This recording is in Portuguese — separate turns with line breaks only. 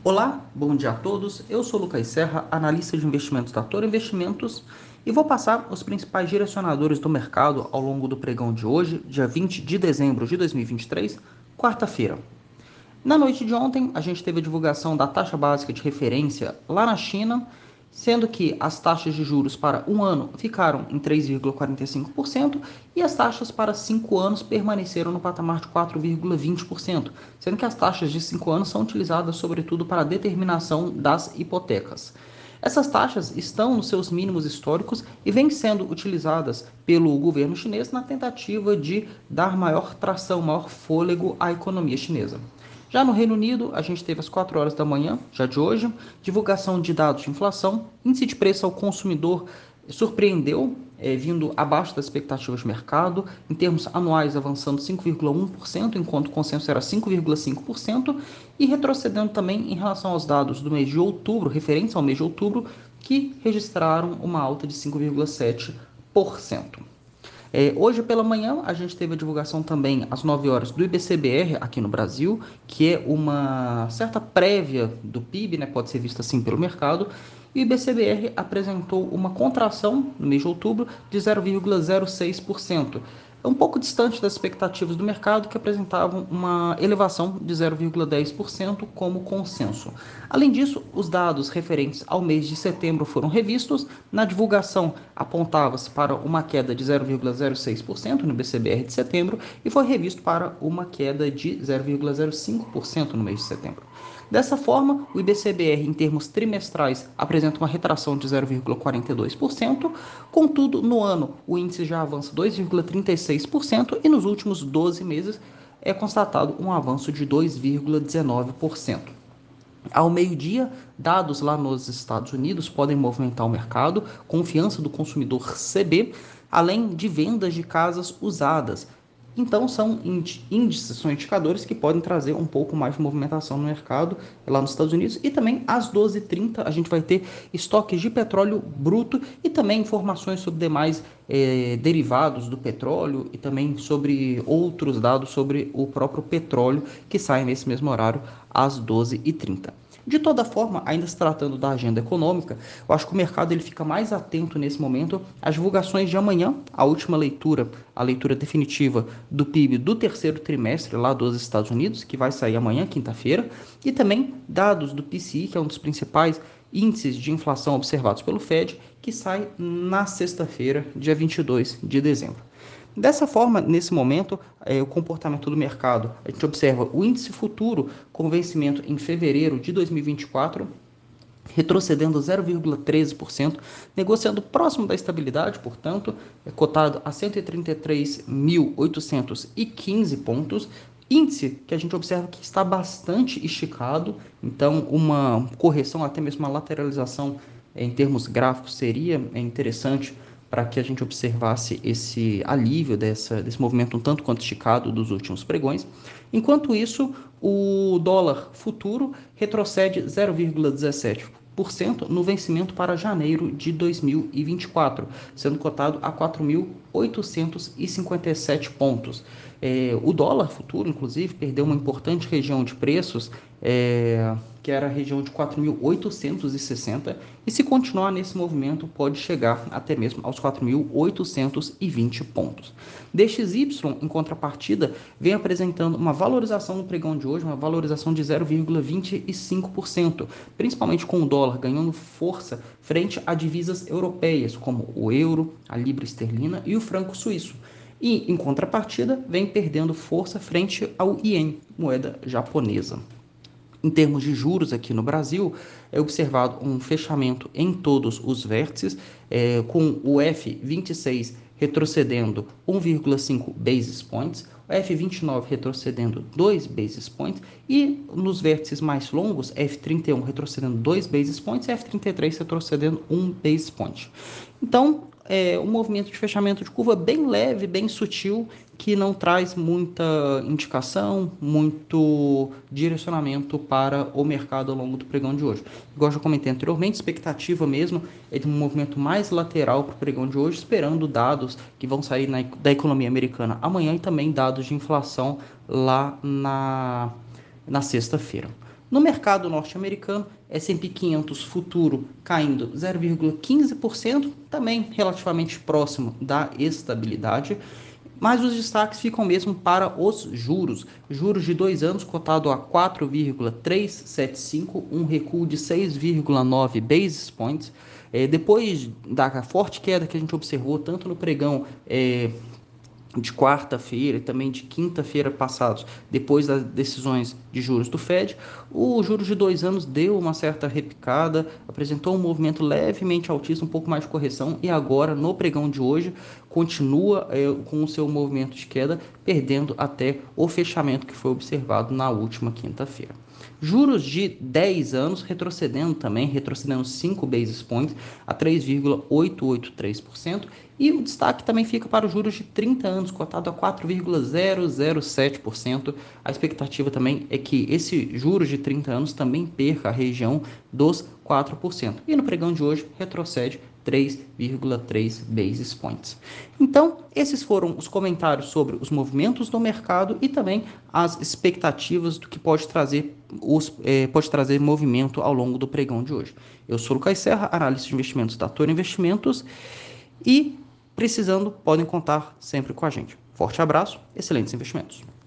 Olá, bom dia a todos. Eu sou Lucas Serra, analista de investimentos da Toro Investimentos, e vou passar os principais direcionadores do mercado ao longo do pregão de hoje, dia 20 de dezembro de 2023, quarta-feira. Na noite de ontem, a gente teve a divulgação da taxa básica de referência lá na China, sendo que as taxas de juros para um ano ficaram em 3,45% e as taxas para 5 anos permaneceram no patamar de 4,20%, sendo que as taxas de 5 anos são utilizadas sobretudo para a determinação das hipotecas. Essas taxas estão nos seus mínimos históricos e vêm sendo utilizadas pelo governo chinês na tentativa de dar maior tração, maior fôlego à economia chinesa. Já no Reino Unido, a gente teve às 4 horas da manhã, já de hoje, divulgação de dados de inflação, índice de preço ao consumidor surpreendeu, vindo abaixo das expectativas de mercado, em termos anuais avançando 5,1%, enquanto o consenso era 5,5%, e retrocedendo também em relação aos dados do mês de outubro, referentes ao mês de outubro, que registraram uma alta de 5,7%. Hoje pela manhã a gente teve a divulgação também às 9 horas do IBCBR aqui no Brasil, que é uma certa prévia do PIB, né, pode ser vista assim pelo mercado, e o IBCBR apresentou uma contração no mês de outubro de 0,06%. É um pouco distante das expectativas do mercado, que apresentavam uma elevação de 0,10% como consenso. Além disso, os dados referentes ao mês de setembro foram revistos. Na divulgação, apontava-se para uma queda de 0,06% no BCBR de setembro e foi revisto para uma queda de 0,05% no mês de setembro. Dessa forma, o IBCBR em termos trimestrais apresenta uma retração de 0,42%, contudo, no ano o índice já avança 2,36% e nos últimos 12 meses é constatado um avanço de 2,19%. Ao meio-dia, dados lá nos Estados Unidos podem movimentar o mercado, confiança do consumidor CB, além de vendas de casas usadas. Então, são índices, são indicadores que podem trazer um pouco mais de movimentação no mercado lá nos Estados Unidos. E também às 12h30 a gente vai ter estoques de petróleo bruto e também informações sobre demais derivados do petróleo e também sobre outros dados sobre o próprio petróleo que saem nesse mesmo horário às 12h30. De toda forma, ainda se tratando da agenda econômica, eu acho que o mercado ele fica mais atento nesse momento às divulgações de amanhã, a última leitura, a leitura definitiva do PIB do terceiro trimestre lá dos Estados Unidos, que vai sair amanhã, quinta-feira, e também dados do PCI, que é um dos principais índices de inflação observados pelo Fed, que sai na sexta-feira, dia 22 de dezembro. Dessa forma, nesse momento, o comportamento do mercado, a gente observa o índice futuro com vencimento em fevereiro de 2024, retrocedendo 0,13%, negociando próximo da estabilidade, portanto, cotado a 133.815 pontos, índice que a gente observa que está bastante esticado, então uma correção, até mesmo uma lateralização em termos gráficos seria interessante para que a gente observasse esse alívio desse movimento um tanto quanto esticado dos últimos pregões. Enquanto isso, o dólar futuro retrocede 0,17% no vencimento para janeiro de 2024, sendo cotado a 4.857 pontos. O dólar futuro, inclusive, perdeu uma importante região de preços, que era a região de 4.860, e se continuar nesse movimento pode chegar até mesmo aos 4.820 pontos. DXY, em contrapartida, vem apresentando uma valorização no pregão de hoje, uma valorização de 0,25%, principalmente com o dólar ganhando força frente a divisas europeias, como o euro, a libra esterlina e o franco suíço. E, em contrapartida, vem perdendo força frente ao ien, moeda japonesa. Em termos de juros aqui no Brasil, é observado um fechamento em todos os vértices, com o F26 retrocedendo 1,5 basis points, o F29 retrocedendo 2 basis points e nos vértices mais longos, F31 retrocedendo 2 basis points e F33 retrocedendo 1 basis point. Então, um movimento de fechamento de curva bem leve, bem sutil, que não traz muita indicação, muito direcionamento para o mercado ao longo do pregão de hoje. Igual eu já comentei anteriormente, expectativa mesmo é de um movimento mais lateral para o pregão de hoje, esperando dados que vão sair da economia americana amanhã e também dados de inflação lá na sexta-feira. No mercado norte-americano, S&P 500 futuro caindo 0,15%, também relativamente próximo da estabilidade. Mas os destaques ficam mesmo para os juros. Juros de 2 anos cotado a 4,375, um recuo de 6,9 basis points. Depois da forte queda que a gente observou tanto no pregão de quarta-feira e também de quinta-feira passados, depois das decisões de juros do Fed, o juros de 2 anos deu uma certa repicada, apresentou um movimento levemente altista, um pouco mais de correção, e agora, no pregão de hoje, continua com o seu movimento de queda, perdendo até o fechamento que foi observado na última quinta-feira. Juros de 10 anos retrocedendo também, retrocedendo 5 basis points a 3,883%. E o destaque também fica para os juros de 30 anos, cotado a 4,007%. A expectativa também é que esse juros de 30 anos também perca a região dos 4%. E no pregão de hoje retrocede 3,3 basis points. Então, esses foram os comentários sobre os movimentos do mercado e também as expectativas do que pode trazer movimento ao longo do pregão de hoje. Eu sou o Lucas Serra, analista de investimentos da Toro Investimentos, e precisando, podem contar sempre com a gente. Forte abraço, excelentes investimentos.